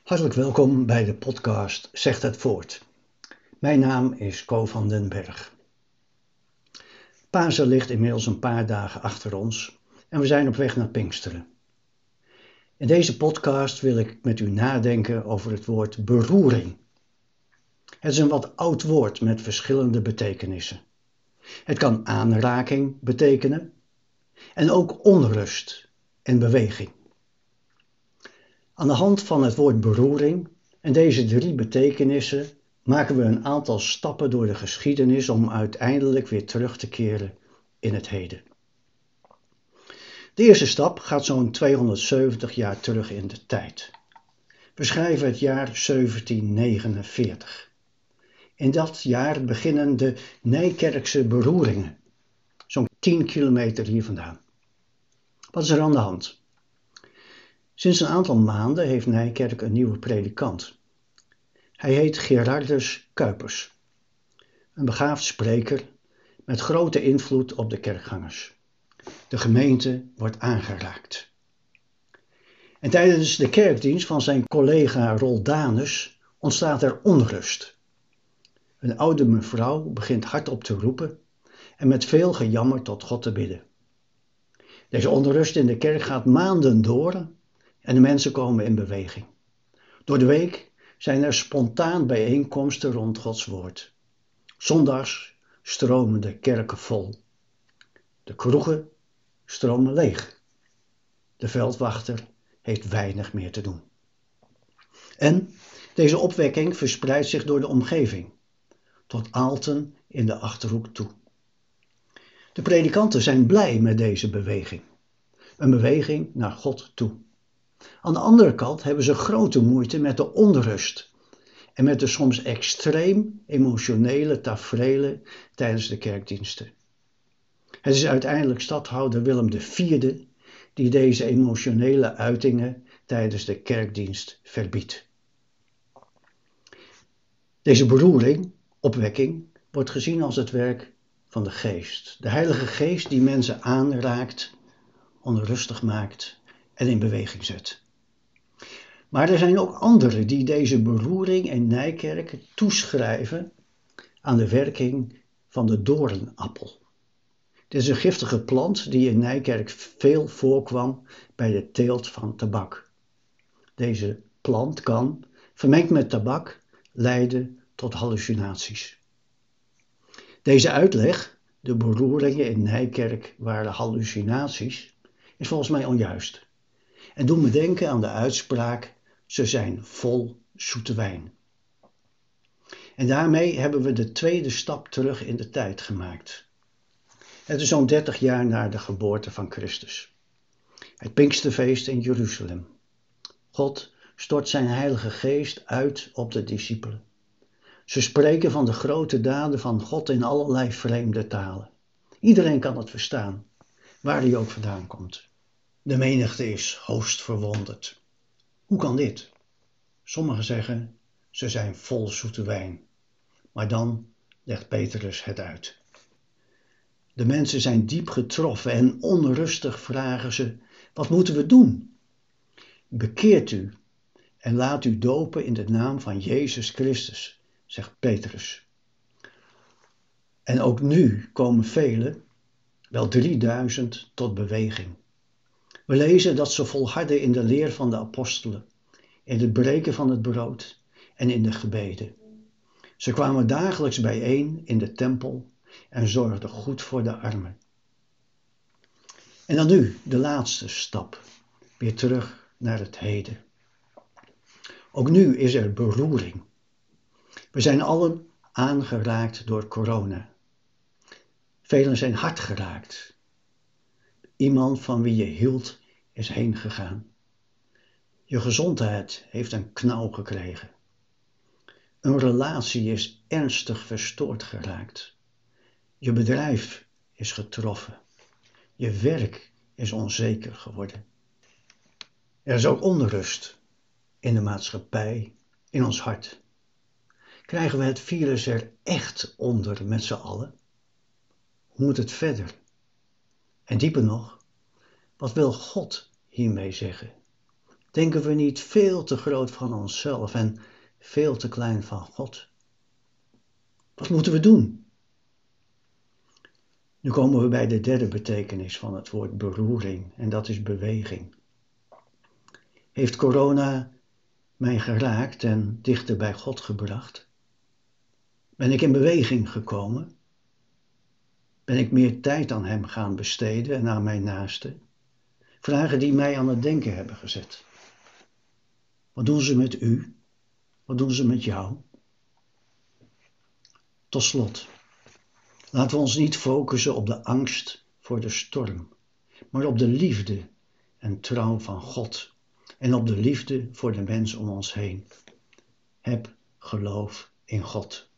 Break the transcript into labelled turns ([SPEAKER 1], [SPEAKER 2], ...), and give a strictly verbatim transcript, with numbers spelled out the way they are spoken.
[SPEAKER 1] Hartelijk welkom bij de podcast Zegt het voort. Mijn naam is Co van den Berg. Pasen ligt inmiddels een paar dagen achter ons en we zijn op weg naar Pinksteren. In deze podcast wil ik met u nadenken over het woord beroering. Het is een wat oud woord met verschillende betekenissen. Het kan aanraking betekenen en ook onrust en beweging. Aan de hand van het woord beroering en deze drie betekenissen maken we een aantal stappen door de geschiedenis om uiteindelijk weer terug te keren in het heden. De eerste stap gaat zo'n tweehonderdzeventig jaar terug in de tijd. We schrijven het jaar zeventien negenenveertig. In dat jaar beginnen de Nijkerkse beroeringen, zo'n tien kilometer hier vandaan. Wat is er aan de hand? Sinds een aantal maanden heeft Nijkerk een nieuwe predikant. Hij heet Gerardus Kuipers, een begaafd spreker met grote invloed op de kerkgangers. De gemeente wordt aangeraakt. En tijdens de kerkdienst van zijn collega Roldanus ontstaat er onrust. Een oude mevrouw begint hardop te roepen en met veel gejammer tot God te bidden. Deze onrust in de kerk gaat maanden door en de mensen komen in beweging. Door de week zijn er spontaan bijeenkomsten rond Gods woord. Zondags stromen de kerken vol. De kroegen stromen leeg. De veldwachter heeft weinig meer te doen. En deze opwekking verspreidt zich door de omgeving, tot Aalten in de Achterhoek toe. De predikanten zijn blij met deze beweging. Een beweging naar God toe. Aan de andere kant hebben ze grote moeite met de onrust en met de soms extreem emotionele taferelen tijdens de kerkdiensten. Het is uiteindelijk stadhouder Willem de vierde die deze emotionele uitingen tijdens de kerkdienst verbiedt. Deze beroering, opwekking, wordt gezien als het werk van de Geest. De Heilige Geest die mensen aanraakt, onrustig maakt en in beweging zet. Maar er zijn ook anderen die deze beroering in Nijkerk toeschrijven aan de werking van de doornappel. Dit is een giftige plant die in Nijkerk veel voorkwam bij de teelt van tabak. Deze plant kan, vermengd met tabak, leiden tot hallucinaties. Deze uitleg, de beroeringen in Nijkerk waren hallucinaties, is volgens mij onjuist. En doet me denken aan de uitspraak, ze zijn vol zoete wijn. En daarmee hebben we de tweede stap terug in de tijd gemaakt. Het is zo'n dertig jaar na de geboorte van Christus. Het Pinksterfeest in Jeruzalem. God stort zijn Heilige Geest uit op de discipelen. Ze spreken van de grote daden van God in allerlei vreemde talen. Iedereen kan het verstaan, waar hij ook vandaan komt. De menigte is hoogst verwonderd. Hoe kan dit? Sommigen zeggen, ze zijn vol zoete wijn. Maar dan legt Petrus het uit. De mensen zijn diep getroffen en onrustig vragen ze, wat moeten we doen? Bekeert u en laat u dopen in de naam van Jezus Christus, zegt Petrus. En ook nu komen velen, wel drieduizend, tot beweging. We lezen dat ze volharden in de leer van de apostelen, in het breken van het brood en in de gebeden. Ze kwamen dagelijks bijeen in de tempel en zorgden goed voor de armen. En dan nu de laatste stap, weer terug naar het heden. Ook nu is er beroering. We zijn allen aangeraakt door corona. Velen zijn hard geraakt. Iemand van wie je hield is heen gegaan. Je gezondheid heeft een knauw gekregen. Een relatie is ernstig verstoord geraakt. Je bedrijf is getroffen. Je werk is onzeker geworden. Er is ook onrust in de maatschappij, in ons hart. Krijgen we het virus er echt onder met z'n allen? Hoe moet het verder? En dieper nog, wat wil God hiermee zeggen? Denken we niet veel te groot van onszelf en veel te klein van God? Wat moeten we doen? Nu komen we bij de derde betekenis van het woord beroering en dat is beweging. Heeft corona mij geraakt en dichter bij God gebracht? Ben ik in beweging gekomen? Ben ik meer tijd aan Hem gaan besteden en aan mijn naasten? Vragen die mij aan het denken hebben gezet. Wat doen ze met u? Wat doen ze met jou? Tot slot, laten we ons niet focussen op de angst voor de storm, maar op de liefde en trouw van God en op de liefde voor de mens om ons heen. Heb geloof in God.